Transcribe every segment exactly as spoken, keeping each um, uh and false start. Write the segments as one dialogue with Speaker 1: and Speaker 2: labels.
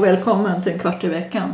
Speaker 1: välkommen till en kvart i veckan.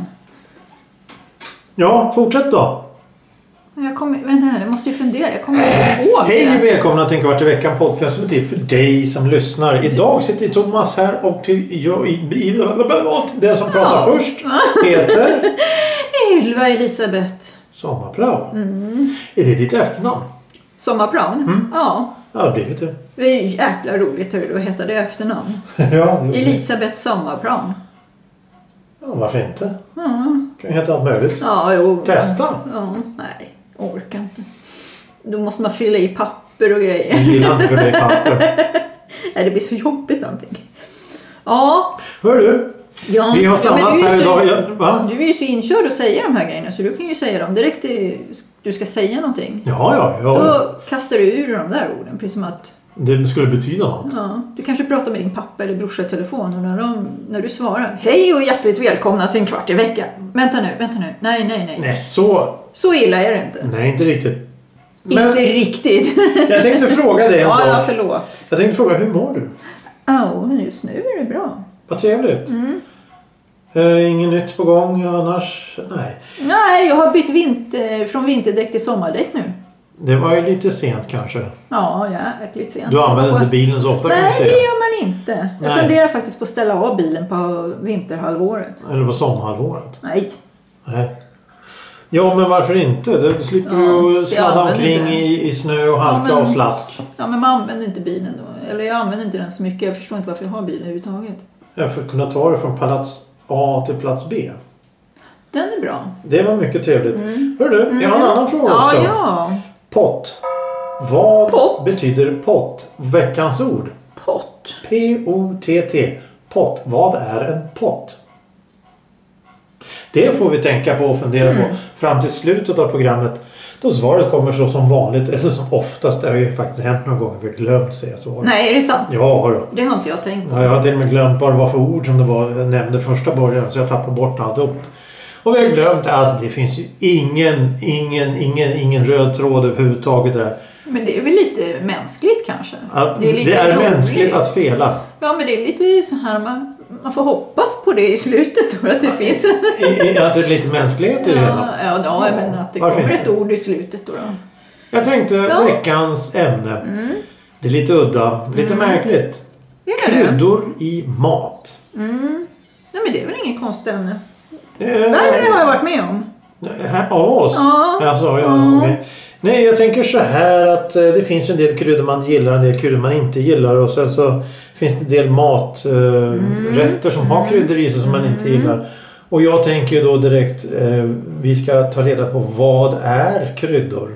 Speaker 2: Ja, fortsätt då.
Speaker 1: Jag, kommer, vänta, jag måste ju fundera, jag kommer inte ihåg det.
Speaker 2: Hej och välkomna till en kvart i veckan podcast som är till för dig som lyssnar. Idag sitter Thomas här och till, jag, i, i, den som pratar ja. först heter
Speaker 1: Ylva Elisabeth
Speaker 2: Sommarpraon.
Speaker 1: Mm.
Speaker 2: Är det ditt efternamn?
Speaker 1: Sommarpraon?
Speaker 2: Mm.
Speaker 1: Ja.
Speaker 2: Ja, det har blivit det.
Speaker 1: Det är ju jäkla roligt hur du heter det efternamn.
Speaker 2: Ja, det
Speaker 1: Elisabeth Sommarpraon.
Speaker 2: Ja, varför inte?
Speaker 1: Mm.
Speaker 2: Kan heta allt möjligt.
Speaker 1: Ja, jo.
Speaker 2: Testa.
Speaker 1: Ja, nej, orkar inte. Då måste man fylla i papper och grejer.
Speaker 2: Jag gillar inte fylla i papper.
Speaker 1: Nej, det blir så jobbigt allting. Ja.
Speaker 2: Hör du?
Speaker 1: Ja,
Speaker 2: vi har samlats
Speaker 1: ja,
Speaker 2: här idag. Ja, va?
Speaker 1: Du är ju så inkörd att säga de här grejerna så du kan ju säga dem direkt i, du ska säga någonting.
Speaker 2: Ja, ja, ja.
Speaker 1: Då kastar du ur de där orden precis som att
Speaker 2: det skulle betyda något.
Speaker 1: Ja, du kanske pratar med din pappa eller brorsa i telefon och när, de, när du svarar hej och hjärtligt välkomna till en kvart i veckan. Vänta nu, vänta nu. Nej, nej, nej.
Speaker 2: Nej, så...
Speaker 1: Så illa är det inte.
Speaker 2: Nej, inte riktigt.
Speaker 1: Men... Inte riktigt.
Speaker 2: Jag tänkte fråga dig en sak.
Speaker 1: Ja, ja, förlåt.
Speaker 2: Jag tänkte fråga, hur mår du?
Speaker 1: Ja, oh, just nu är det bra.
Speaker 2: Vad trevligt.
Speaker 1: Mm.
Speaker 2: Uh, ingen nytt på gång annars? Nej.
Speaker 1: Nej, jag har bytt vinter, från vinterdäck till sommardäck nu.
Speaker 2: Det var ju lite sent kanske.
Speaker 1: Ja, jäkligt sent.
Speaker 2: Du använder inte bilen så ofta.
Speaker 1: Nej,
Speaker 2: kan jag säga.
Speaker 1: det gör man inte. Jag
Speaker 2: Nej.
Speaker 1: funderar faktiskt på att ställa av bilen på vinterhalvåret.
Speaker 2: Eller på sommarhalvåret.
Speaker 1: Nej.
Speaker 2: Nej. Ja, men varför inte? Du slipper
Speaker 1: ja,
Speaker 2: ju sladda omkring i, i snö och halka ja, men, och slask.
Speaker 1: Ja, men man använder inte bilen då. Eller jag använder inte den så mycket. Jag förstår inte varför jag har bil överhuvudtaget.
Speaker 2: Ja, för att kunna ta det från plats A till plats B.
Speaker 1: Den är bra.
Speaker 2: Det var mycket trevligt. Mm. Hör du,
Speaker 1: mm.
Speaker 2: jag har en annan fråga
Speaker 1: ja,
Speaker 2: också.
Speaker 1: Ja,
Speaker 2: Pott. Vad
Speaker 1: pott.
Speaker 2: betyder pott? Veckans ord.
Speaker 1: Pott.
Speaker 2: P O T T. Pott. Vad är en pott? Det får vi tänka på och fundera mm. på fram till slutet av programmet. Då svaret kommer så som vanligt. Eller som oftast. Det har ju faktiskt hänt några gånger. Vi har glömt säga svaret.
Speaker 1: Nej, är det sant?
Speaker 2: Ja, hörru.
Speaker 1: Det har inte jag tänkt på.
Speaker 2: Ja, jag har till och med glömt bara vad för ord som det var. Jag nämnde första början. Så jag tappade bort allt upp. Och vi har glömt. Alltså det finns ju ingen, ingen, ingen, ingen röd tråd överhuvudtaget där.
Speaker 1: Men det är väl lite mänskligt kanske?
Speaker 2: Att
Speaker 1: det är, lite
Speaker 2: det är
Speaker 1: roligt.
Speaker 2: mänskligt att fela.
Speaker 1: Ja, men det är lite så här man... Man får hoppas på det i slutet då, att det ja, finns
Speaker 2: en... I, i, att det är lite mänsklighet i det hela.
Speaker 1: Ja, ja, men att det
Speaker 2: Varför
Speaker 1: kommer
Speaker 2: inte?
Speaker 1: ett ord i slutet då. då.
Speaker 2: Jag tänkte
Speaker 1: ja.
Speaker 2: veckans ämne.
Speaker 1: Mm.
Speaker 2: Det är lite udda, lite mm. märkligt. Kryddor det? i mat.
Speaker 1: Mm. Nej, men det är väl ingen konstigt ämne.
Speaker 2: Eh,
Speaker 1: Nej, det har jag varit med om.
Speaker 2: Här, av oss?
Speaker 1: Ja.
Speaker 2: Alltså, ja,
Speaker 1: ja.
Speaker 2: Okay. Nej, jag tänker så här att eh, det finns en del kryddor man gillar, en del kryddor man inte gillar. Och sen så finns det en del maträtter eh, mm. som har kryddor i sig som mm. man inte gillar. Och jag tänker ju då direkt, eh, vi ska ta reda på vad är kryddor?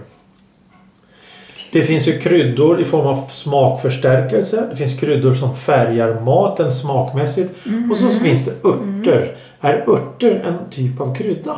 Speaker 2: Det finns ju kryddor i form av smakförstärkelse. Det finns kryddor som färgar maten smakmässigt. Mm. Och så, så finns det örter. Mm. Är örter en typ av krydda?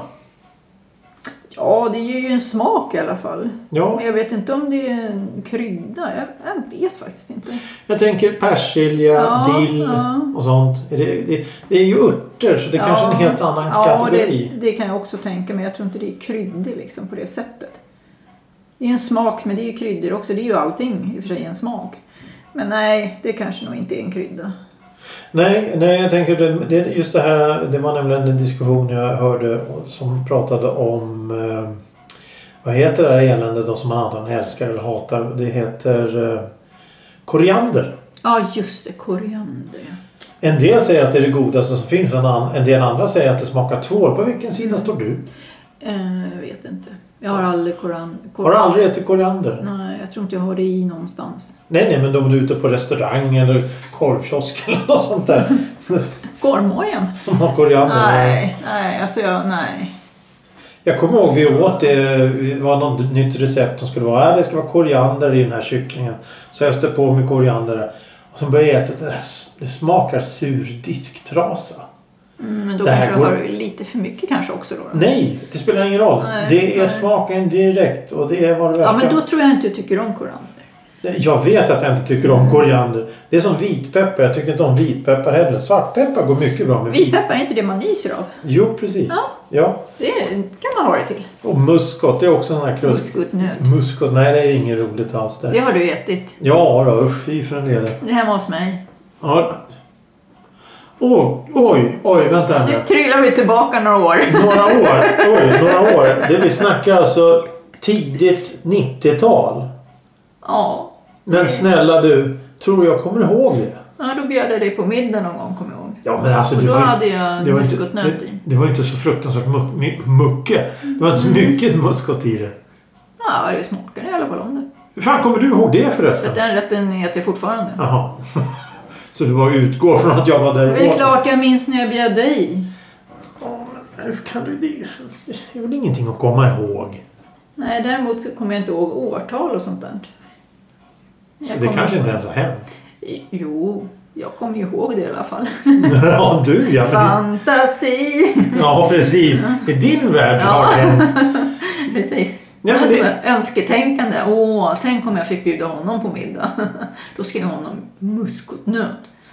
Speaker 1: Ja, det ger ju en smak i alla fall.
Speaker 2: Ja.
Speaker 1: Men jag vet inte om det är en krydda. Jag, jag vet faktiskt inte.
Speaker 2: Jag tänker persilja,
Speaker 1: ja,
Speaker 2: dill
Speaker 1: ja.
Speaker 2: och sånt. Det, det, det är ju örter så det är ja. kanske en helt annan
Speaker 1: ja,
Speaker 2: kategori.
Speaker 1: Det, det kan jag också tänka men jag tror inte det är kryddor liksom på det sättet. Det är en smak men det är ju kryddor också. Det är ju allting i och för sig en smak. Men nej, det kanske nog inte är en krydda.
Speaker 2: Nej, nej jag tänker det, det, just det här, det var nämligen en diskussion jag hörde som pratade om eh, vad heter det här eländet de som man antagligen älskar eller hatar. Det heter eh, koriander.
Speaker 1: Ja, just det, koriander.
Speaker 2: En del säger att det är det godaste som finns, en, an, en del andra säger att det smakar tvål. På vilken sida står du?
Speaker 1: Eh, jag vet inte. Jag har aldrig koran,
Speaker 2: kor- Har du aldrig ätit koriander?
Speaker 1: Nej, jag tror inte jag har det i någonstans.
Speaker 2: Nej, nej, men om du är ute på restaurang eller korvkiosk eller något sånt där.
Speaker 1: Gormojen?
Speaker 2: Som har koriander.
Speaker 1: Nej, nej, alltså jag, nej.
Speaker 2: Jag kommer ihåg vi åt det, det var något nytt recept som skulle vara, ja, det ska vara koriander i den här kycklingen. Så jag öste på med koriander där. Och så började jag äta det där, det smakar sur disktrasa.
Speaker 1: Mm, men då kanske går... har du lite för mycket kanske också då, då? Nej,
Speaker 2: det spelar ingen roll. Nej, det är nej. smaken direkt och det är vad det
Speaker 1: Ja, men då tror jag inte jag tycker om koriander.
Speaker 2: Jag vet att jag inte tycker om koriander. Det är som vitpeppar. Jag tycker inte om vitpeppar heller. Svartpeppar går mycket bra med vit.
Speaker 1: Vitpeppar är inte det man nyser av?
Speaker 2: Jo, precis.
Speaker 1: Ja,
Speaker 2: ja.
Speaker 1: Det kan man ha det till.
Speaker 2: Och muskot, det är också en sån här krull.
Speaker 1: Muskotnöt.
Speaker 2: Muskot, nej det är inget roligt alls där.
Speaker 1: Det har du ätit.
Speaker 2: Ja, då, usch, fy för en del.
Speaker 1: Det hemma hos mig.
Speaker 2: Ja. Oj, oj, oj, vänta här
Speaker 1: Nu
Speaker 2: nu.
Speaker 1: trillar vi tillbaka några år.
Speaker 2: Några år, oj, några år. Det vi snackar alltså tidigt nittiotal.
Speaker 1: Ja.
Speaker 2: Men snälla du, tror jag kommer ihåg det?
Speaker 1: Ja, då bjöd jag dig på middag någon gång, kommer jag ihåg.
Speaker 2: Ja, men alltså
Speaker 1: Och
Speaker 2: det
Speaker 1: då
Speaker 2: var,
Speaker 1: hade jag
Speaker 2: det var,
Speaker 1: muskotnöt
Speaker 2: inte, det,
Speaker 1: i.
Speaker 2: det var inte så fruktansvärt muck, my- mucke. Det var inte så mycket muskot i det.
Speaker 1: Ja, det smakade i alla fall om det.
Speaker 2: Hur fan kommer du ihåg det förresten?
Speaker 1: För den rätten äter jag fortfarande.
Speaker 2: Jaha. Så du bara utgår från att jag var där och
Speaker 1: Det är
Speaker 2: åt.
Speaker 1: klart jag minns när jag bjöd dig.
Speaker 2: Ja, men hur kan du det? Det är väl ingenting att komma ihåg.
Speaker 1: Nej, däremot så kommer jag inte ihåg årtal och sånt där.
Speaker 2: Så
Speaker 1: Jag
Speaker 2: det
Speaker 1: kommer
Speaker 2: kanske
Speaker 1: ihåg-
Speaker 2: inte ens har hänt.
Speaker 1: Jo, jag kommer ju ihåg det i alla fall.
Speaker 2: Ja, du ja. För din...
Speaker 1: Fantasi!
Speaker 2: Ja, precis. I din värld
Speaker 1: Ja.
Speaker 2: har det hänt.
Speaker 1: Precis.
Speaker 2: Ja, men
Speaker 1: Alltså,
Speaker 2: det-
Speaker 1: önsketänkande. Åh, tänk om jag fick bjuda honom på middag. Då skrev jag honom muskotnöt.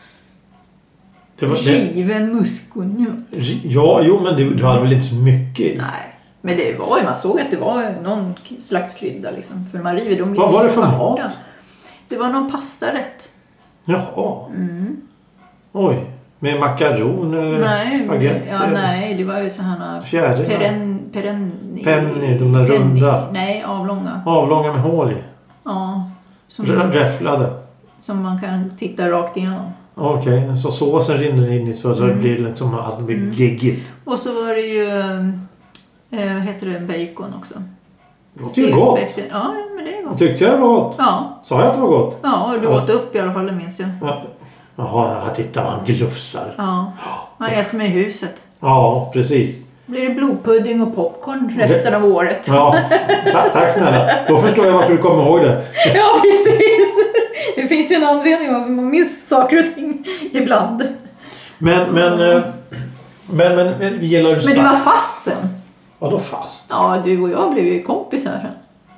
Speaker 2: Det var, det...
Speaker 1: Riven muskotnöt.
Speaker 2: Ja, jo, men det, du hade väl inte så mycket i?
Speaker 1: Nej, men det var ju, man såg att det var någon slags krydda liksom. För man river, de blir
Speaker 2: Vad
Speaker 1: ju
Speaker 2: var det för
Speaker 1: svarta.
Speaker 2: mat?
Speaker 1: Det var någon pastarätt.
Speaker 2: Jaha.
Speaker 1: Mm.
Speaker 2: Oj. Med makaron eller
Speaker 1: Nej,
Speaker 2: spagetti?
Speaker 1: ja,
Speaker 2: eller
Speaker 1: nej, det var ju så här
Speaker 2: Fjärilar?
Speaker 1: peren, perenni.
Speaker 2: Penny, de där
Speaker 1: penny.
Speaker 2: runda.
Speaker 1: Nej, avlånga.
Speaker 2: Avlånga med hål i.
Speaker 1: Ja, som,
Speaker 2: R- Räfflade.
Speaker 1: som man kan titta rakt igenom.
Speaker 2: Okej, så såsen rinner in i så att det
Speaker 1: Mm.
Speaker 2: blir liksom att det blir
Speaker 1: Mm.
Speaker 2: geggigt.
Speaker 1: Och så var det ju, eh, vad heter det, bacon också.
Speaker 2: Det låter ju gott.
Speaker 1: Stekbacon. Ja, men det är gott.
Speaker 2: Tyckte jag det var gott?
Speaker 1: Ja,
Speaker 2: Sa jag att det var gott?
Speaker 1: ja och du
Speaker 2: Ja.
Speaker 1: åt upp i alla fall, det minns jag.
Speaker 2: Ja. Jaha, titta vad han glufsar.
Speaker 1: Ja, man äter med i huset.
Speaker 2: Ja, precis.
Speaker 1: Blir det blodpudding och popcorn resten av året.
Speaker 2: Ja, ta- tack snälla. Då förstår jag varför du kommer ihåg det.
Speaker 1: Ja, precis. Det finns ju en anledning varför man minns saker och ting ibland.
Speaker 2: Men, men, eh, men, men, men vi gillar ju
Speaker 1: Men du
Speaker 2: starkt.
Speaker 1: var fast sen.
Speaker 2: Vadå fast?
Speaker 1: Ja, du och jag blev ju kompisar sen.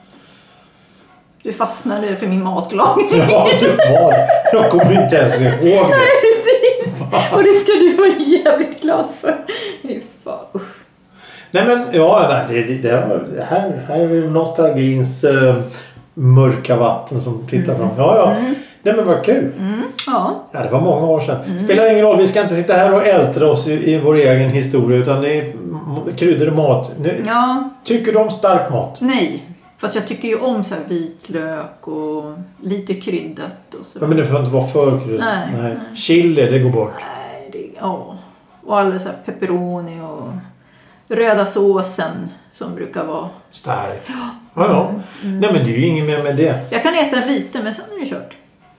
Speaker 1: Du fastnade för min matlagning.
Speaker 2: Ja, du var det. Jag kommer inte ens ihåg det.
Speaker 1: Nej, precis. Och det ska du vara jävligt glad för. Fy fan, usch.
Speaker 2: Nej men, ja, nej, det, det, det här, här är ju nostalgins eh, mörka vatten som tittar fram. Ja, ja.
Speaker 1: Mm.
Speaker 2: Nej men vad kul.
Speaker 1: Mm, ja.
Speaker 2: Ja, det var många år sedan.
Speaker 1: Mm.
Speaker 2: Spelar ingen roll, vi ska inte sitta här och ältra oss i, i vår egen historia utan det är m- kryddor och mat. Nu,
Speaker 1: Ja,
Speaker 2: tycker du om stark mat?
Speaker 1: nej. Fast jag tycker ju om så här vitlök och lite kryddat och så.
Speaker 2: Ja, men det får inte vara för kryddat.
Speaker 1: Nej, nej.
Speaker 2: Chili, det går bort.
Speaker 1: Nej, det, ja. Och alla så här pepperoni och röda såsen som brukar vara.
Speaker 2: Stark. Ja, ja.
Speaker 1: Mm.
Speaker 2: Nej men det är ju inget mer med det.
Speaker 1: Jag kan äta lite men sen är det kört.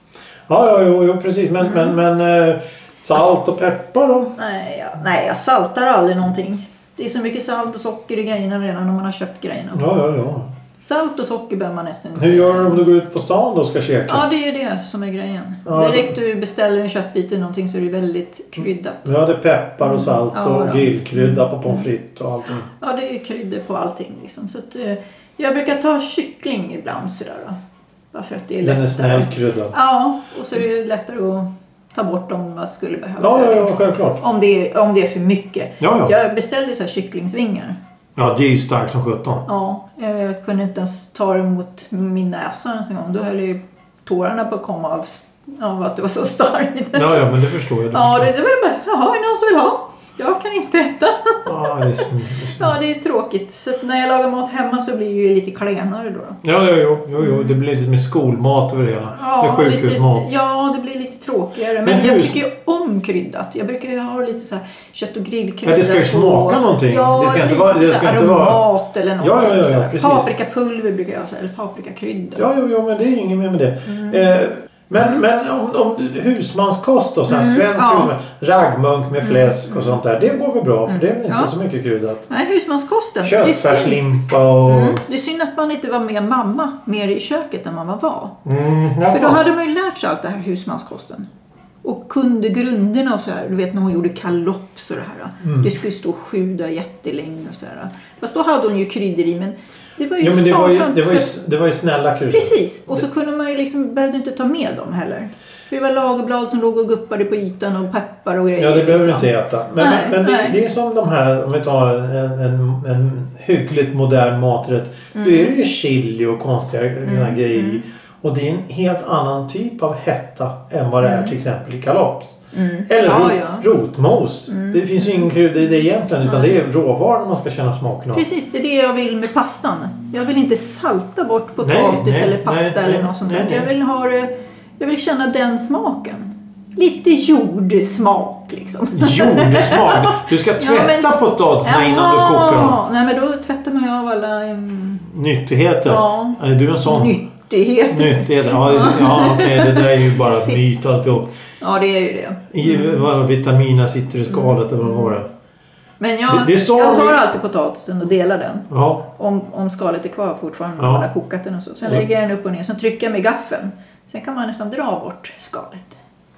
Speaker 2: Ja, ja, jo, jo precis. Men, men, men eh, salt och peppar då?
Speaker 1: Nej jag, nej, jag saltar aldrig någonting. Det är så mycket salt och socker i grejerna redan när man har köpt grejerna.
Speaker 2: Ja, ja, ja.
Speaker 1: Salt och socker behöver man nästan inte.
Speaker 2: Hur gör du om du går ut på stan då och ska käka?
Speaker 1: Ja, det är det som är grejen.
Speaker 2: Ja,
Speaker 1: Direkt du beställer en köttbit eller någonting så är det väldigt kryddat.
Speaker 2: Ja, det är peppar och salt
Speaker 1: Ja,
Speaker 2: och
Speaker 1: då.
Speaker 2: grillkrydda på pommes frites och allting.
Speaker 1: Ja, det är kryddor på allting liksom. Så att, eh, jag brukar ta kyckling ibland sådär då. Bara för att det är lättare.
Speaker 2: Den är snällt kryddad.
Speaker 1: Ja, och så är det lättare att ta bort om man skulle behöva.
Speaker 2: Ja, ja, ja, självklart.
Speaker 1: Om det, är, om det är för mycket.
Speaker 2: Ja, ja.
Speaker 1: Jag beställde så här kycklingsvingar.
Speaker 2: Ja, det är ju starkt som sjutton.
Speaker 1: Ja, jag kunde inte ens ta det mot min näsa en gång. Då höll ju tårarna på att komma av, av att det var så starkt.
Speaker 2: Ja, ja, men det förstår jag.
Speaker 1: Ja, det, det var bara, jaha, är det någon som vill ha? Jag kan inte äta.
Speaker 2: Ja, det är synd, det är synd.
Speaker 1: Ja, det är tråkigt. Så att när jag lagar mat hemma så blir det ju lite klenare då.
Speaker 2: Ja, ja, jo, jo, jo. Det blir lite med skolmat över det hela.
Speaker 1: Ja,
Speaker 2: det är sjukhusmat.
Speaker 1: lite, ja, det blir lite tråkigare. Men,
Speaker 2: Men
Speaker 1: jag
Speaker 2: hur-
Speaker 1: tycker ju om kryddat. Jag brukar ju ha lite så här kött och grillkrydda.
Speaker 2: Ja, det ska ju smaka någonting.
Speaker 1: Ja,
Speaker 2: Det ska inte
Speaker 1: lite
Speaker 2: vara- det
Speaker 1: så
Speaker 2: ska
Speaker 1: här
Speaker 2: inte vara-
Speaker 1: aromat eller någonting.
Speaker 2: Ja, ja, ja,
Speaker 1: så här.
Speaker 2: precis.
Speaker 1: Paprikapulver brukar jag ha så här, eller paprikakrydda.
Speaker 2: Ja, jo, jo, men det är ju inget mer med det.
Speaker 1: Mm.
Speaker 2: Eh, men men om, om du- husmanskost och så här,
Speaker 1: Mm,
Speaker 2: svensk
Speaker 1: ja.
Speaker 2: husman, raggmunk med fläsk
Speaker 1: Mm,
Speaker 2: och sånt där. Det går väl bra för det är väl inte
Speaker 1: Ja.
Speaker 2: så mycket kryddat.
Speaker 1: Nej, husmanskosten. Det är synd.
Speaker 2: Köttfärslimpa och...
Speaker 1: Mm. Det är synd att man inte var med mamma mer i köket än man var var.
Speaker 2: Mm,
Speaker 1: För
Speaker 2: jaha.
Speaker 1: då hade man ju lärt sig allt det här husmanskosten. Och kunde grunderna och så här. Du vet när hon gjorde kalops och det här.
Speaker 2: Mm.
Speaker 1: Det skulle stå och sjuda jättelänge och så här. Fast då hade hon ju kryddor i. Men det var ju
Speaker 2: Ja, men det var ju,
Speaker 1: sparsamt
Speaker 2: det var ju,
Speaker 1: för-
Speaker 2: det var ju snälla kryddor.
Speaker 1: Precis. Och så kunde man ju liksom, behövde inte ta med dem heller. För det var lagerblad som låg och guppade på ytan och peppar och grejer.
Speaker 2: Ja, det behöver du
Speaker 1: liksom.
Speaker 2: inte äta. Men,
Speaker 1: Nej,
Speaker 2: men det,
Speaker 1: nej.
Speaker 2: det är som de här, om vi tar en, en, en hyggligt modern maträtt.
Speaker 1: Mm.
Speaker 2: Då är det ju chili och konstiga mm. grejer i. Och det är en helt annan typ av hetta än vad det är till exempel i kalops.
Speaker 1: Mm.
Speaker 2: Eller
Speaker 1: ja,
Speaker 2: rot,
Speaker 1: ja.
Speaker 2: rotmos. Mm. Det finns ju ingen krydda i det egentligen utan Nej. det är råvaran man ska känna smaken av.
Speaker 1: Precis, det är det jag vill med pastan. Jag vill inte salta bort potatis nej, nej, eller pasta nej, eller något sånt där. Jag vill ha det, jag vill känna den smaken. Lite jordsmak liksom.
Speaker 2: Jordsmak? Du ska tvätta ja, men, potatisarna innan du kokar dem.
Speaker 1: Nej men då tvättar man ju av alla... Um,
Speaker 2: nyttigheter?
Speaker 1: Ja.
Speaker 2: Är du en sån?
Speaker 1: Nyttigheter.
Speaker 2: Nyttigheter. Ja, ja. ja okej. Det där är ju bara myt och alltihop.
Speaker 1: Ja, det är ju det.
Speaker 2: I, vad vitaminer sitter i skalet eller vad var det?
Speaker 1: Men jag,
Speaker 2: det, det står...
Speaker 1: jag tar alltid potatisen och delar den.
Speaker 2: Ja.
Speaker 1: Om, om skalet är kvar fortfarande.
Speaker 2: Ja.
Speaker 1: Om man har kokat den och så. Sen ja. lägger jag den upp och ner. Sen trycker jag med gaffeln. Sen kan man nästan dra bort skalet.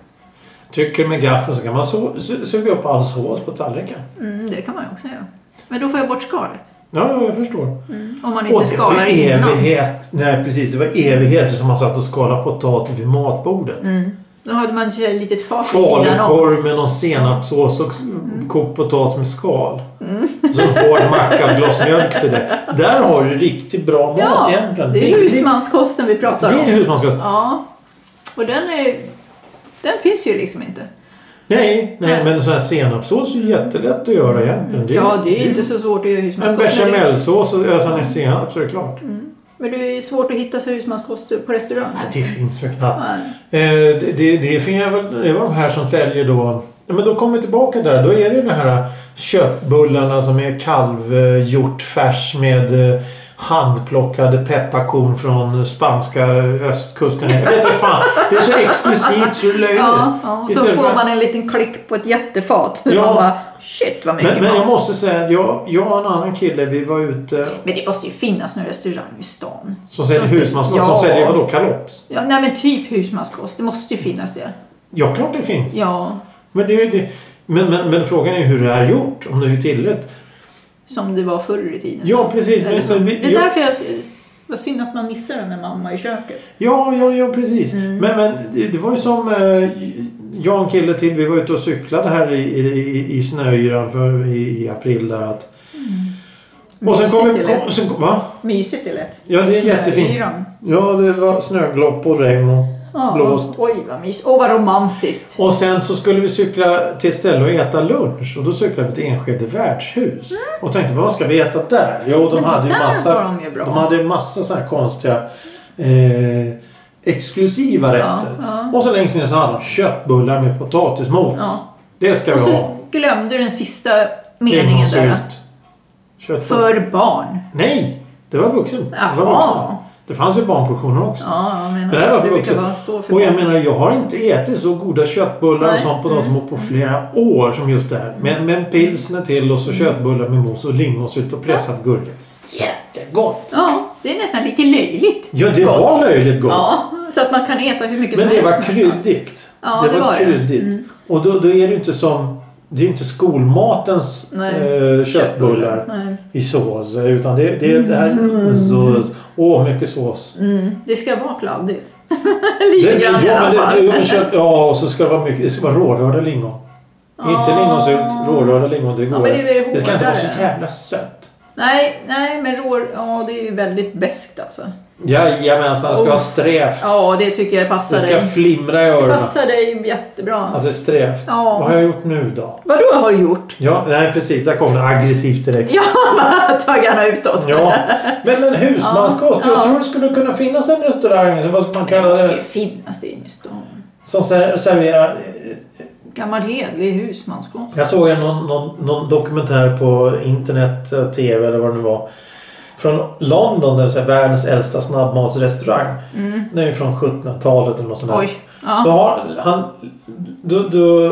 Speaker 2: Trycker med gaffeln så kan man så, su, suga upp all sås på tallriken.
Speaker 1: Mm, det kan man ju också göra. Men då får jag bort skalet.
Speaker 2: Ja, ja jag förstår.
Speaker 1: Mm, om man inte och skalar innan.
Speaker 2: Evighet. Nej, precis. Det var evigheter som man satt och skalade potatis vid matbordet.
Speaker 1: Mm. Då hade man ett litet fat vid sidan om.
Speaker 2: Falukorv med någon senapsås och mm. kokt potatis med skal.
Speaker 1: Mm.
Speaker 2: Så en hård macka och glas mjölk till det. Där har du riktigt bra mat
Speaker 1: ja,
Speaker 2: egentligen.
Speaker 1: det är husmanskosten vi pratar om.
Speaker 2: Det är husmanskosten.
Speaker 1: Ja. Och den är... Den finns ju liksom inte.
Speaker 2: Nej, nej, men sån här senapsås är jättelätt att göra egentligen. Det,
Speaker 1: ja, det är det, inte så svårt att göra husmanskost.
Speaker 2: En bechamelsås och ösa ner senap så är det klart.
Speaker 1: Mm. Men det är svårt att hitta husmanskost på restaurang.
Speaker 2: Ja, det finns väl knappt. Eh, det, det, det finns väl det var de här som säljer då. Ja, men då kommer vi tillbaka där. Då är det de här köttbullarna som är kalvgjort färs med eh, handplockade pepparkorn från spanska östkusten. Jag vet inte fan. Det är så exklusivt så löjligt.
Speaker 1: Ja, ja. Så får man en liten klick på ett jättefat.
Speaker 2: Ja.
Speaker 1: Man bara, shit vad mycket
Speaker 2: men, men jag
Speaker 1: mat.
Speaker 2: måste säga att jag, jag och en annan kille, vi var ute...
Speaker 1: Men det måste ju finnas någon restaurang i stan.
Speaker 2: Som säljer husmanskost.
Speaker 1: Ja.
Speaker 2: Som säljer vadå? Kalops?
Speaker 1: Ja, nej men typ husmanskost. Det måste ju finnas det.
Speaker 2: Ja, klart det finns.
Speaker 1: Ja.
Speaker 2: Men, det, det, men, men, men frågan är hur det är gjort. Om det är tillrätt.
Speaker 1: Som det var förr i tiden.
Speaker 2: Ja, precis. Men,
Speaker 1: så,
Speaker 2: vi,
Speaker 1: det är
Speaker 2: jag,
Speaker 1: därför jag var synd att man missade den med mamma i köket.
Speaker 2: Ja, ja, ja precis. Mm. Men, men det, det var ju som eh, jag och en kille till. Vi var ute och cyklade här i, i, i snöyran för, i, i april. Där, att,
Speaker 1: mm.
Speaker 2: och sen kom vi...
Speaker 1: Kom,
Speaker 2: sen, va?
Speaker 1: Mysigt är lätt.
Speaker 2: Ja, det är jättefint. Ja, det var snöglopp och regn och
Speaker 1: ja,
Speaker 2: blåst.
Speaker 1: Oj, vad mysigt. Åh, vad romantiskt.
Speaker 2: Och sen så skulle vi cykla till ett ställe och äta lunch. Och då cyklade vi till Enskede värdshus. Mm. Och tänkte, vad ska vi äta där? Jo, de men hade ju massa,
Speaker 1: de, ju bra.
Speaker 2: de hade massa så här konstiga eh, exklusiva rätter. Ja, ja. Och så längst ner så hade de köttbullar med potatismos. Ja. Det ska vi ha.
Speaker 1: Och så glömde du den sista meningen där. För barn.
Speaker 2: Nej, det var vuxen. Det var vuxen. Det fanns ju barnportioner också.
Speaker 1: Ja, jag menar,
Speaker 2: det här var för
Speaker 1: det
Speaker 2: vuxen.
Speaker 1: För
Speaker 2: och jag menar, jag har inte ätit så goda köttbullar Nej. och sånt på mm. dem på flera år som just det här. Med, med en pilsner till och så mm. köttbullar med mos och lingonsylt och pressat ja. gurka. Jättegott!
Speaker 1: Ja, det är nästan lite löjligt.
Speaker 2: Ja, det
Speaker 1: gott.
Speaker 2: var löjligt gott.
Speaker 1: Ja, så att man kan äta hur mycket
Speaker 2: Men
Speaker 1: som
Speaker 2: det
Speaker 1: helst.
Speaker 2: Men det var kryddigt.
Speaker 1: Ja,
Speaker 2: det,
Speaker 1: det
Speaker 2: var,
Speaker 1: var
Speaker 2: kryddigt.
Speaker 1: Det. Mm.
Speaker 2: Och då, då är det inte som... Det är inte skolmatens äh, köttbullar, köttbullar. Nej. i sås. Utan det, det är det här sås. Åh, mycket sås.
Speaker 1: Mm, det ska vara kladdigt. Lite
Speaker 2: det,
Speaker 1: grann
Speaker 2: ja,
Speaker 1: i alla
Speaker 2: men
Speaker 1: fall.
Speaker 2: det, kött, ja, och så ska det vara mycket. Det ska vara rårörda lingon. Ah. Inte lingonsylt, rårörda lingon. Det går.
Speaker 1: Ja, men det, är
Speaker 2: det ska inte vara så jävla sött.
Speaker 1: Nej, nej, men rår, ja, det är ju väldigt beskt alltså.
Speaker 2: Jajamensan, det ska oh. vara strävt.
Speaker 1: Ja, det tycker jag passar dig.
Speaker 2: Det ska dig. flimra i öronen.
Speaker 1: Det passar dig jättebra.
Speaker 2: Att det är strävt.
Speaker 1: Ja.
Speaker 2: Vad har jag gjort nu då?
Speaker 1: Vad då har du gjort?
Speaker 2: Ja, nej precis. Där kom det aggressivt direkt.
Speaker 1: Ja, taggarna utåt.
Speaker 2: Ja, men en husmanskost. Ja. Jag tror det skulle kunna finnas en restaurang. Så vad ska man kalla det?
Speaker 1: Det måste finnas det i stan.
Speaker 2: Som serverar...
Speaker 1: Gammal hedlig husmanskost.
Speaker 2: Jag såg en, någon, någon, någon dokumentär på internet, tv eller vad det nu var. Från London, där det är världens äldsta snabbmatsrestaurang. Mm. Det är från sjuttonhundratalet eller något sånt där.
Speaker 1: Oj. Ja.
Speaker 2: Då har han... Då, då,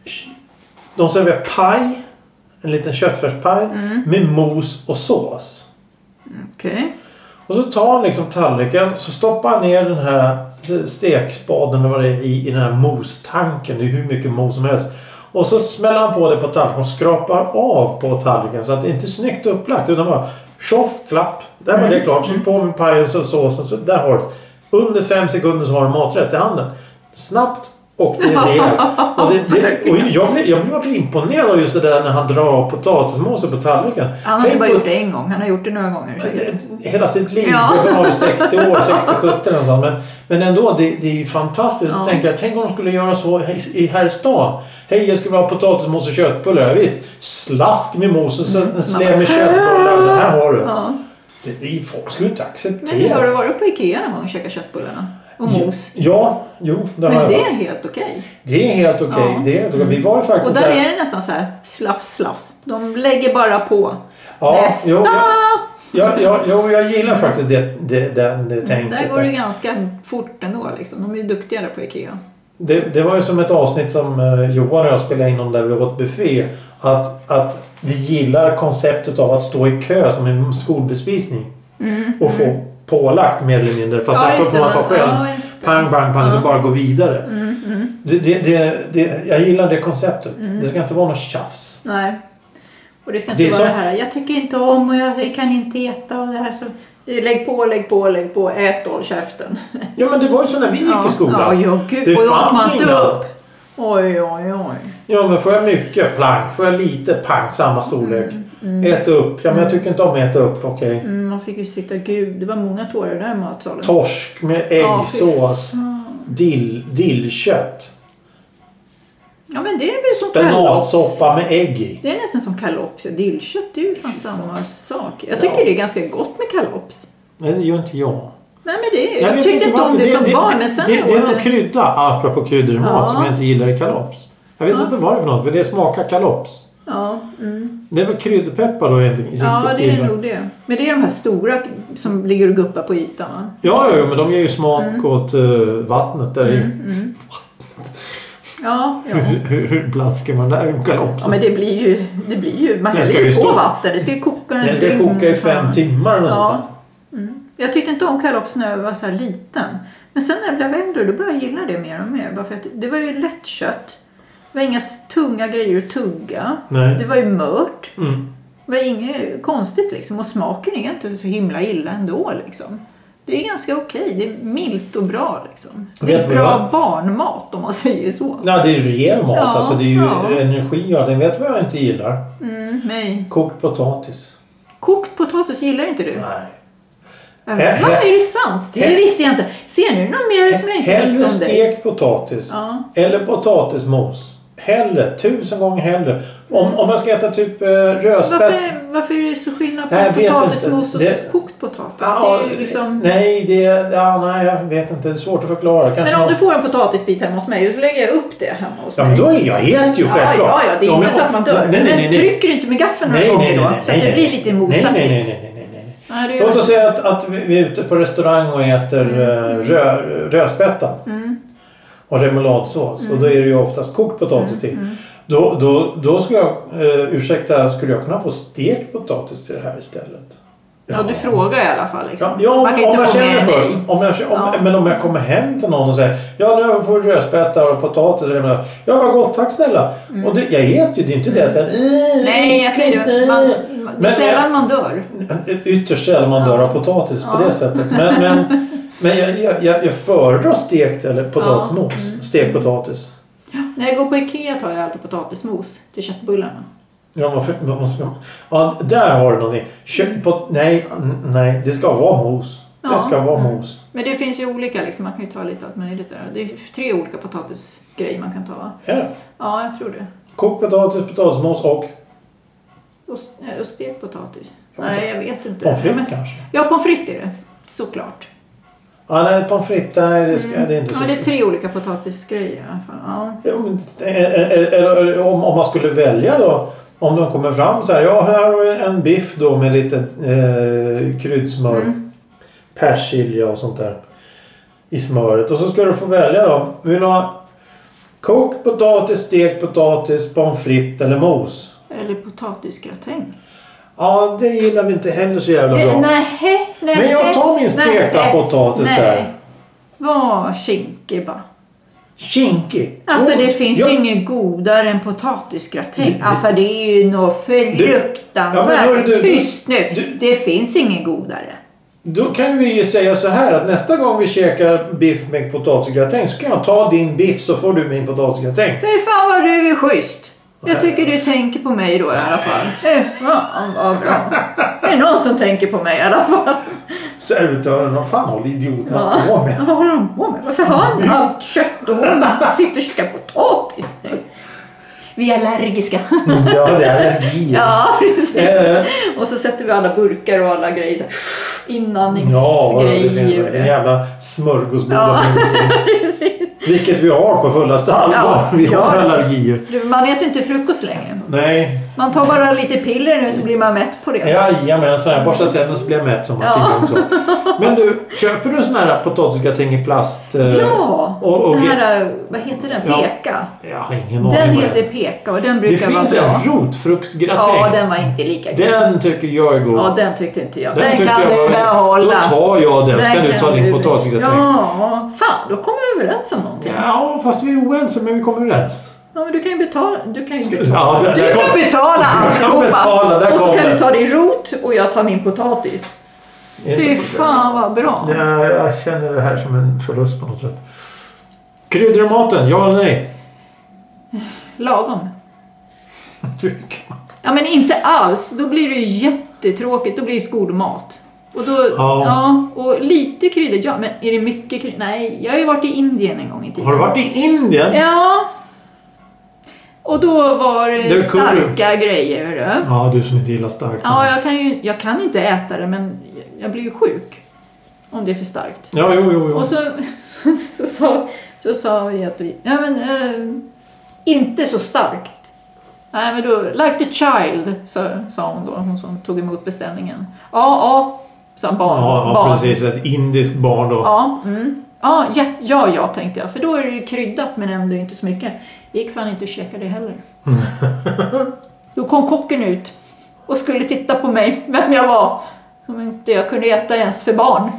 Speaker 2: de serverar paj. En liten köttfärspaj. Mm. Med mos och sås.
Speaker 1: Okej. Okay.
Speaker 2: Och så tar han liksom tallriken. Så stoppar han ner den här stekspaden eller vad det är, i, i den här mostanken. Det är hur mycket mos som helst. Och så smäller han på det på tallriken. Och skrapar av på tallriken. Så att det inte är snyggt upplagt. Utan bara tjoff, klapp. Där var mm. det klart. Så på med pajen och såsen. Så där har du. Under fem sekunder så har du maträtt i handen. Snabbt. Och det är rejält. Och, det, det, och jag blev jag blev imponerad av just det där när han drar av potatismoset på tallriken.
Speaker 1: Han har inte bara gjort det en gång, han har gjort det några gånger.
Speaker 2: Hela sitt liv.
Speaker 1: Ja.
Speaker 2: Jag var sextio år, sextio sjuttio eller sånt. Men, men ändå, det, det är ju fantastiskt.
Speaker 1: Ja.
Speaker 2: Jag tänker, tänk om de skulle göra så i, här i stan. Hej, jag skulle ha potatismos och köttbullar. Ja, visst, slask med mos och så en slev med köttbullar. Så här har du.
Speaker 1: Ja.
Speaker 2: Det, det, folk skulle inte acceptera.
Speaker 1: Men har du varit på Ikea någon gång och käkat köttbullarna? Och mos?
Speaker 2: Ja, jo. Det har
Speaker 1: men
Speaker 2: jag
Speaker 1: det
Speaker 2: varit.
Speaker 1: är helt okej.
Speaker 2: Det är helt okej.
Speaker 1: Ja.
Speaker 2: Det är helt okej. Vi var ju faktiskt
Speaker 1: och där,
Speaker 2: där.
Speaker 1: är det nästan så här slafs, slafs. De lägger bara på.
Speaker 2: Ja,
Speaker 1: Nästa!
Speaker 2: Jo, jag, jag, jag, jag gillar faktiskt det, det, den, det tänket.
Speaker 1: Där går det ganska fort ändå. Liksom. De är ju duktigare på Ikea.
Speaker 2: Det, det var ju som ett avsnitt som uh, Johan och jag spelade in om där vi åt buffé. Att, att vi gillar konceptet av att stå i kö som en skolbespisning.
Speaker 1: Mm.
Speaker 2: Och få pålagt mer eller mindre. Fast
Speaker 1: Ja,
Speaker 2: här får man ta själv.
Speaker 1: Ja,
Speaker 2: pang, pang, pang.
Speaker 1: Ja.
Speaker 2: Så bara gå vidare.
Speaker 1: Mm, mm.
Speaker 2: Det, det, det, det, jag gillar det konceptet.
Speaker 1: Mm.
Speaker 2: Det ska inte vara något tjafs.
Speaker 1: Nej. Och det ska inte
Speaker 2: Det är
Speaker 1: vara
Speaker 2: så-
Speaker 1: det här. Jag tycker inte om och jag kan inte äta. Och det här så. Det är lägg på, lägg på, lägg på. Ät och håll käften.
Speaker 2: Ja, men det var ju så när vi gick
Speaker 1: Ja,
Speaker 2: i skolan.
Speaker 1: ja, ja gud.
Speaker 2: Det
Speaker 1: och jag
Speaker 2: fanns
Speaker 1: åt man inte
Speaker 2: inga.
Speaker 1: upp. Oj, oj, oj.
Speaker 2: Ja, men får jag mycket plang? Får jag lite pang? Samma storlek.
Speaker 1: Mm.
Speaker 2: Äta upp. Ja, men jag tycker inte om att äta upp. Okej.
Speaker 1: Mm, man fick ju sitta, gud. Det var många tårar där i matsalen.
Speaker 2: Torsk med
Speaker 1: Ja,
Speaker 2: äggsås.
Speaker 1: Mm.
Speaker 2: Dill, dillkött.
Speaker 1: Ja, men det är väl som kalops.
Speaker 2: Spenatsoppa med ägg i.
Speaker 1: Det är nästan som kalops. Dillkött det är ju fan samma sak. Jag tycker
Speaker 2: Ja.
Speaker 1: det är ganska gott med kalops.
Speaker 2: Nej, det gör inte jag.
Speaker 1: Nej, men det är,
Speaker 2: Jag
Speaker 1: jag
Speaker 2: vet
Speaker 1: tyckte inte om
Speaker 2: varför.
Speaker 1: det, som barn. Men sen
Speaker 2: det, det är
Speaker 1: åt
Speaker 2: någon krydda, apropå kryddor i mat,
Speaker 1: Ja.
Speaker 2: som jag inte gillar i kalops. Jag vet
Speaker 1: Ja.
Speaker 2: inte vad det är för något, för det smakar kalops.
Speaker 1: Ja, mm.
Speaker 2: Det är väl kryddpeppar då jag inte riktigt
Speaker 1: ja, det är
Speaker 2: gillar.
Speaker 1: nog det. Men det är de här stora som ligger och guppar på ytan, va?
Speaker 2: Ja, ja, ja, men de ger ju smak
Speaker 1: Mm.
Speaker 2: åt uh, vattnet där i.
Speaker 1: Mm, mm. Ja, ja.
Speaker 2: Hur, hur, hur blaskar man där en kalops?
Speaker 1: Ja, men det blir ju, det blir ju, man
Speaker 2: Den ska
Speaker 1: häller ju
Speaker 2: ju
Speaker 1: på
Speaker 2: stå-
Speaker 1: vatten. Det ska ju koka en
Speaker 2: Den ska
Speaker 1: dygn.
Speaker 2: koka i fem timmar eller
Speaker 1: Ja.
Speaker 2: sånt där.
Speaker 1: Mm. Jag tyckte inte om kalops när jag var så här liten. Men sen när jag blev äldre då började jag gilla det mer och mer. Bara för att det var ju lätt kött. Det var inga tunga grejer att tugga.
Speaker 2: Nej.
Speaker 1: Det var ju mört.
Speaker 2: Mm.
Speaker 1: Det var inget konstigt liksom. Och smaken är inte så himla illa ändå liksom. Det är ganska okej. Det är milt och bra liksom. Det
Speaker 2: Vet
Speaker 1: är
Speaker 2: du
Speaker 1: bra
Speaker 2: vad?
Speaker 1: barnmat om man säger så.
Speaker 2: Ja, det är ju rejäl mat.
Speaker 1: Ja,
Speaker 2: Alltså, det är ju
Speaker 1: ja.
Speaker 2: energi och allting. Vet du vad jag inte gillar?
Speaker 1: Mm, nej.
Speaker 2: Kokt potatis.
Speaker 1: Kokt potatis gillar inte du?
Speaker 2: Nej.
Speaker 1: Ja,
Speaker 2: Hä-
Speaker 1: vad
Speaker 2: hä-
Speaker 1: är det sant? Det
Speaker 2: hä-
Speaker 1: visste jag inte. Ser nu något mer som jag inte
Speaker 2: Hellre
Speaker 1: visste om dig?
Speaker 2: stekt potatis.
Speaker 1: Ja.
Speaker 2: Eller potatismos. Hellre. Tusen gånger hellre. Om, om jag ska äta typ eh, rödspätt.
Speaker 1: Varför, varför är det så skillnad på
Speaker 2: Jag vet
Speaker 1: potatismos
Speaker 2: inte.
Speaker 1: och
Speaker 2: Det-
Speaker 1: kokt potatis?
Speaker 2: Ja,
Speaker 1: det är ju liksom...
Speaker 2: Nej, det ja, nej, jag vet inte. Det är svårt att förklara. Kanske
Speaker 1: Men om
Speaker 2: någon-
Speaker 1: du får en potatisbit hemma hos mig så lägger jag upp det hemma hos
Speaker 2: Ja,
Speaker 1: mig.
Speaker 2: men då är jag helt ju
Speaker 1: Ja,
Speaker 2: självklart.
Speaker 1: ja, ja, det är
Speaker 2: Ja,
Speaker 1: inte
Speaker 2: men-
Speaker 1: så att man dör.
Speaker 2: Nej, nej, nej,
Speaker 1: men
Speaker 2: nej.
Speaker 1: trycker du inte med gaffeln några
Speaker 2: Nej,
Speaker 1: gånger
Speaker 2: nej,
Speaker 1: då?
Speaker 2: nej,
Speaker 1: så att
Speaker 2: nej,
Speaker 1: det blir
Speaker 2: nej.
Speaker 1: lite
Speaker 2: Nej,
Speaker 1: mosaktigt.
Speaker 2: nej, nej, nej, nej, nej.
Speaker 1: Nej, det gör
Speaker 2: Låt oss
Speaker 1: det.
Speaker 2: säga att, att vi vi är ute på restaurang och äter mm. rö, rödspätta.
Speaker 1: Mm.
Speaker 2: Och remouladsås.
Speaker 1: Mm.
Speaker 2: Och då är det ju oftast kokt potatis till.
Speaker 1: Mm.
Speaker 2: Då, då, då skulle jag, eh, ursäkta, skulle jag kunna få stekt potatis till det här istället?
Speaker 1: Ja, du frågar i alla fall. Liksom.
Speaker 2: Ja, ja om,
Speaker 1: man kan
Speaker 2: om
Speaker 1: inte
Speaker 2: jag
Speaker 1: få
Speaker 2: känner
Speaker 1: med
Speaker 2: för
Speaker 1: nej.
Speaker 2: om jag, om,
Speaker 1: Ja.
Speaker 2: Men om jag kommer hem till någon och säger ja, nu får du rödspätta och potatis. Och remoulad. Ja, vad gott, tack snälla.
Speaker 1: Mm.
Speaker 2: Och det, jag vet ju, det är inte det att jag...
Speaker 1: Nej, jag säger det. Man, det är
Speaker 2: Men-
Speaker 1: sällan man dör.
Speaker 2: Ytterst sällan man dör av potatis på
Speaker 1: Ja.
Speaker 2: det sättet. Men, men, men jag, jag, jag, jag föredrar stekt eller potatismos.
Speaker 1: Ja. Mm.
Speaker 2: Stekt potatis.
Speaker 1: När jag går på Ikea tar jag alltid potatismos till köttbullarna.
Speaker 2: Ja, varför, vad måste man, ja, där har du någonting. Kött, pot, nej, n- nej, det ska vara mos. Det
Speaker 1: Ja.
Speaker 2: ska vara
Speaker 1: Mm.
Speaker 2: mos.
Speaker 1: Men det finns ju olika liksom. Man kan ju ta lite allt möjligt där. Det är tre olika potatisgrejer man kan ta, va?
Speaker 2: Ja.
Speaker 1: Ja, jag tror det.
Speaker 2: Kokt potatis, potatismos och
Speaker 1: Och, och stekt potatis.
Speaker 2: Ja,
Speaker 1: Nej, jag vet inte.
Speaker 2: pommes
Speaker 1: Ja,
Speaker 2: frites
Speaker 1: men-
Speaker 2: kanske.
Speaker 1: Ja, pommes frites är det. Såklart.
Speaker 2: Ja, nej, pommes frites, nej, det, ska, det är inte
Speaker 1: Ja,
Speaker 2: så.
Speaker 1: det är tre olika potatisgrejer i alla fall. Ja.
Speaker 2: Ja, men, eh, eh, eh, om, om man skulle välja då. Om de kommer fram så här. Ja, här har vi en biff då med lite eh, kryddsmör.
Speaker 1: Mm.
Speaker 2: Persilja och sånt där. I smöret. Och så ska du få välja då. Vill du ha kokt potatis, stekt potatis, pommes frites eller mos?
Speaker 1: Eller potatisgratäng.
Speaker 2: Ja, det gillar vi inte heller så jävla
Speaker 1: Det,
Speaker 2: bra.
Speaker 1: nej, nej,
Speaker 2: Men jag tar min stekta
Speaker 1: nej,
Speaker 2: potatis
Speaker 1: nej.
Speaker 2: där.
Speaker 1: Vad kinkig bara.
Speaker 2: Kinkig.
Speaker 1: Alltså
Speaker 2: Två-
Speaker 1: det finns
Speaker 2: Ja,
Speaker 1: ju inget godare än potatisgratäng.
Speaker 2: Det- det-
Speaker 1: Alltså det är ju något
Speaker 2: Ja, men
Speaker 1: fruktansvärt.
Speaker 2: hörru du,
Speaker 1: Tyst nu.
Speaker 2: du-
Speaker 1: Det finns ingen godare.
Speaker 2: Då kan vi ju säga så här att nästa gång vi käkar biff med potatisgratäng så kan jag ta din biff så får du min potatisgratäng.
Speaker 1: Fy fan vad du är schysst. Jag tycker du tänker på mig då i alla fall. Eh, fan vad bra. Det är någon som tänker på mig i alla fall.
Speaker 2: Servitören, vad fan håller idioterna
Speaker 1: Ja.
Speaker 2: på med?
Speaker 1: Vad håller de på med? Varför har han allt kött och hon sitter och käkar potatis? Vi är allergiska.
Speaker 2: Ja, det är allergi.
Speaker 1: Ja, precis.
Speaker 2: Eh.
Speaker 1: Och så sätter vi alla burkar och alla grejer. Så här,
Speaker 2: Ja,
Speaker 1: inandningsgrejer.
Speaker 2: det finns
Speaker 1: och
Speaker 2: en
Speaker 1: det.
Speaker 2: jävla smörgåsbord.
Speaker 1: Ja,
Speaker 2: precis. Vilket vi har på fullaste allvar.
Speaker 1: Ja,
Speaker 2: vi har
Speaker 1: ja.
Speaker 2: allergier.
Speaker 1: Du, man äter inte frukost längre.
Speaker 2: Nej.
Speaker 1: Man tar bara lite piller nu så blir man mätt på det.
Speaker 2: Jajamensan, jag borstar tänderna så blir jag mätt som Martin
Speaker 1: Ja.
Speaker 2: Jonsson. Men du, köper du en sån här potatisgratäng i plast? eh,
Speaker 1: Ja,
Speaker 2: och, och,
Speaker 1: den här, vad heter den?
Speaker 2: Ja.
Speaker 1: Peka.
Speaker 2: Jag har ingen aning
Speaker 1: Den
Speaker 2: vad
Speaker 1: heter
Speaker 2: det är.
Speaker 1: Peka och den
Speaker 2: Det
Speaker 1: brukar vara
Speaker 2: finns
Speaker 1: bra.
Speaker 2: en rotfruktsgratäng.
Speaker 1: Ja, den var inte lika god.
Speaker 2: Den tycker jag är god.
Speaker 1: Ja, den tyckte inte jag.
Speaker 2: Den
Speaker 1: Den,
Speaker 2: tyckte
Speaker 1: kan
Speaker 2: jag
Speaker 1: du
Speaker 2: var-
Speaker 1: behålla.
Speaker 2: Då tar jag den, ska du
Speaker 1: kan
Speaker 2: ta din
Speaker 1: du-
Speaker 2: potatisgratäng.
Speaker 1: Ja, fan, då kommer vi överens om någonting. Ja,
Speaker 2: Ja, fast vi är oense, men vi kommer överens.
Speaker 1: men du kan ju betala. Du kan ju
Speaker 2: Ska-
Speaker 1: betala,
Speaker 2: ja, där-
Speaker 1: du
Speaker 2: där
Speaker 1: kan
Speaker 2: kom-
Speaker 1: betala
Speaker 2: Jag kan
Speaker 1: alltihopa.
Speaker 2: betala, där
Speaker 1: Och så
Speaker 2: kom
Speaker 1: kan
Speaker 2: den.
Speaker 1: du ta din rot och jag tar min potatis. Fy fan vad bra.
Speaker 2: Ja, jag känner det här som en förlust på något sätt. Kryddor i maten, ja eller nej?
Speaker 1: Lagom.
Speaker 2: Du kan-
Speaker 1: Ja, men inte alls. Då blir det ju jättetråkigt. Då blir det skolmat. Och då,
Speaker 2: Ja.
Speaker 1: ja. Och lite kryddor. Ja, men är det mycket kryddor? Nej, jag har ju varit i Indien en gång i tiden.
Speaker 2: Har du varit i Indien?
Speaker 1: Ja. Och då var det
Speaker 2: Det är cool.
Speaker 1: starka grejer. Hörru.
Speaker 2: Ja, du som inte gillar starkt.
Speaker 1: Ja, jag kan ju jag kan inte äta det, men jag blir ju sjuk om det är för starkt.
Speaker 2: Ja, jo, jo, jo.
Speaker 1: Och så, så, sa, så sa vi att vi, ja men eh, inte så starkt. Nej, men då, like the child, så, sa hon då, hon som tog emot beställningen. Ja, ja, sa barn.
Speaker 2: Ja, ja
Speaker 1: barn.
Speaker 2: precis. Ett indiskt barn då.
Speaker 1: Ja, mm. ja, ja, ja, ja, tänkte jag. För då är det ju kryddat men ändå inte så mycket. Gick fan inte att käka det heller. Då kom kocken ut och skulle titta på mig, vem jag var. Som inte jag kunde äta ens för barn.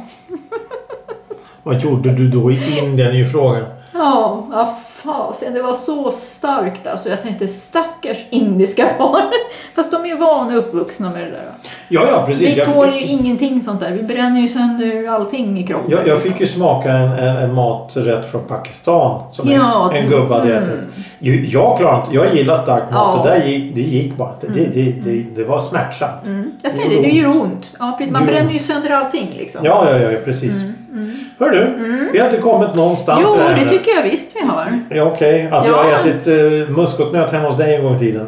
Speaker 2: Vad gjorde du då i Indien är ju frågan.
Speaker 1: Ja, ja fasen, det var så starkt alltså. Jag tänkte stackars indiska barn. Fast de är ju vana uppvuxna med det där.
Speaker 2: Ja, ja, precis.
Speaker 1: Vi
Speaker 2: Jag-
Speaker 1: tål ju ingenting sånt där. Vi bränner ju sönder allting i kroppen.
Speaker 2: Jag, jag fick ju smaka en, en, en maträtt från Pakistan som
Speaker 1: Ja,
Speaker 2: en, en gubbe hade
Speaker 1: mm.
Speaker 2: ätit. Jag, jag klarar inte, jag gillar stark mat.
Speaker 1: Ja.
Speaker 2: Det där gick, det gick bara inte. Det, det, det, det var smärtsamt.
Speaker 1: Mm. Jag säger det, det gör ont. Ja, precis. Man
Speaker 2: Det gör
Speaker 1: bränner
Speaker 2: ont.
Speaker 1: ju sönder allting liksom.
Speaker 2: Ja, ja, ja, precis. Hör du, vi har inte kommit någonstans
Speaker 1: Jo,
Speaker 2: i det här
Speaker 1: det
Speaker 2: ämnet.
Speaker 1: tycker jag visst vi har.
Speaker 2: Ja, okej. Att jag
Speaker 1: Ja.
Speaker 2: har ätit uh, muskotnöt hemma hos dig en gång i tiden.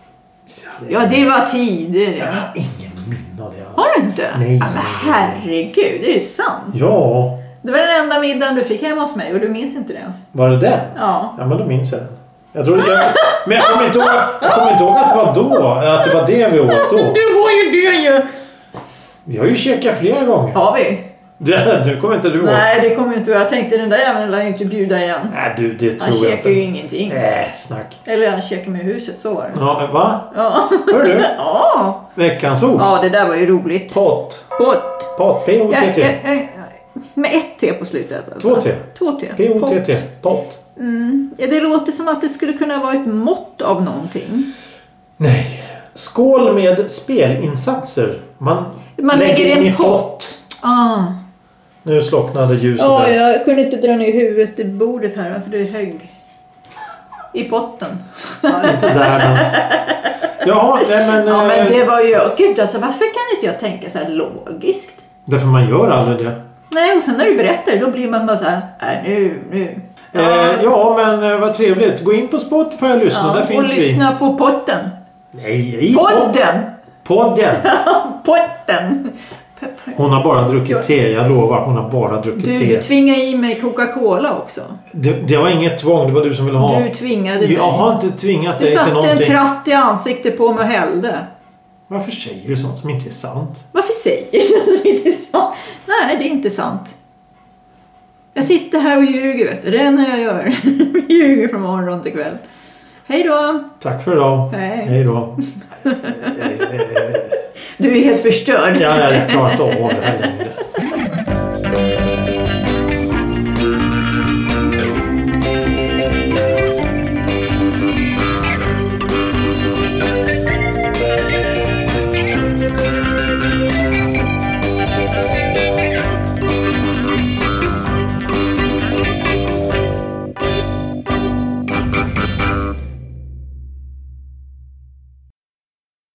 Speaker 1: Ja, det var tider.
Speaker 2: Jag har ingen minne av det alls.
Speaker 1: Har du inte?
Speaker 2: Nej.
Speaker 1: Ja, men herregud, är det sant?
Speaker 2: Ja,
Speaker 1: Det var den enda middagen du fick hemma hos mig och du minns inte det ens.
Speaker 2: var det den?
Speaker 1: Ja.
Speaker 2: Ja, men då minns jag den. Jag tror jag, men jag kommer, inte ihåg, jag kommer inte ihåg att det var då. Att det var det vi åt då.
Speaker 1: Det var ju det ju!
Speaker 2: Vi har ju käkat flera gånger.
Speaker 1: Har vi?
Speaker 2: Det, du kommer inte du ihåg.
Speaker 1: Nej, det kommer ju inte. Jag tänkte den där jäveln lär ju inte bjuda igen.
Speaker 2: Nej, du, det
Speaker 1: Han
Speaker 2: tror jag
Speaker 1: käkar ju
Speaker 2: inte.
Speaker 1: ingenting.
Speaker 2: Nej, snack.
Speaker 1: Eller han käkar med huset, så var det.
Speaker 2: Ja, va?
Speaker 1: Ja.
Speaker 2: Hör du?
Speaker 1: Ja.
Speaker 2: Veckans ord.
Speaker 1: Ja, det där var ju roligt.
Speaker 2: Pott.
Speaker 1: Pott.
Speaker 2: Pott. P O T
Speaker 1: Jag,
Speaker 2: T.
Speaker 1: jag, jag, med ett T på slutet alltså.
Speaker 2: Två T.
Speaker 1: Två T.
Speaker 2: P O T T.
Speaker 1: Pott.
Speaker 2: Pott.
Speaker 1: Mm. Ja, det låter som att det skulle kunna vara ett mått av någonting.
Speaker 2: Nej. Skål med spelinsatser. Man,
Speaker 1: Man lägger
Speaker 2: in
Speaker 1: en
Speaker 2: i
Speaker 1: pott. Ah.
Speaker 2: Nu slocknade ljuset
Speaker 1: Ja,
Speaker 2: där.
Speaker 1: jag kunde inte dra ner huvudet i bordet här för det är hög. I potten.
Speaker 2: Ja, inte där men... Jaha, nej men...
Speaker 1: Ja, men
Speaker 2: eh,
Speaker 1: det var ju... Gud, alltså varför kan inte jag tänka så här logiskt?
Speaker 2: Därför man gör aldrig det.
Speaker 1: Nej, och sen när du berättar då blir man bara så här, äh, nu, nu.
Speaker 2: Eh, ja, men eh, vad trevligt. Gå in på Spotify och lyssna.
Speaker 1: Ja,
Speaker 2: Där
Speaker 1: och
Speaker 2: finns vi.
Speaker 1: lyssna på potten.
Speaker 2: Nej, i pod-
Speaker 1: Podden!
Speaker 2: podden.
Speaker 1: Potten!
Speaker 2: Hon har bara druckit te, jag lovar. Hon har bara druckit
Speaker 1: Du,
Speaker 2: te.
Speaker 1: du tvingade i mig Coca-Cola också.
Speaker 2: Det, det var inget tvång, det var du som ville ha.
Speaker 1: Du tvingade mig.
Speaker 2: Jag har inte tvingat
Speaker 1: Du
Speaker 2: dig till
Speaker 1: satte en
Speaker 2: någonting.
Speaker 1: tratt i ansiktet på mig och hällde.
Speaker 2: Varför säger du sånt som inte är sant?
Speaker 1: Varför säger du så? Det är inte sant? Nej, det är inte sant. Jag sitter här och ljuger, vet du. Det är det enda jag gör. Ljuger från morgon till kväll. Hej då!
Speaker 2: Tack för idag.
Speaker 1: Hej.
Speaker 2: Hej då.
Speaker 1: Du är helt förstörd.
Speaker 2: Ja, jag klarar inte av det här längre.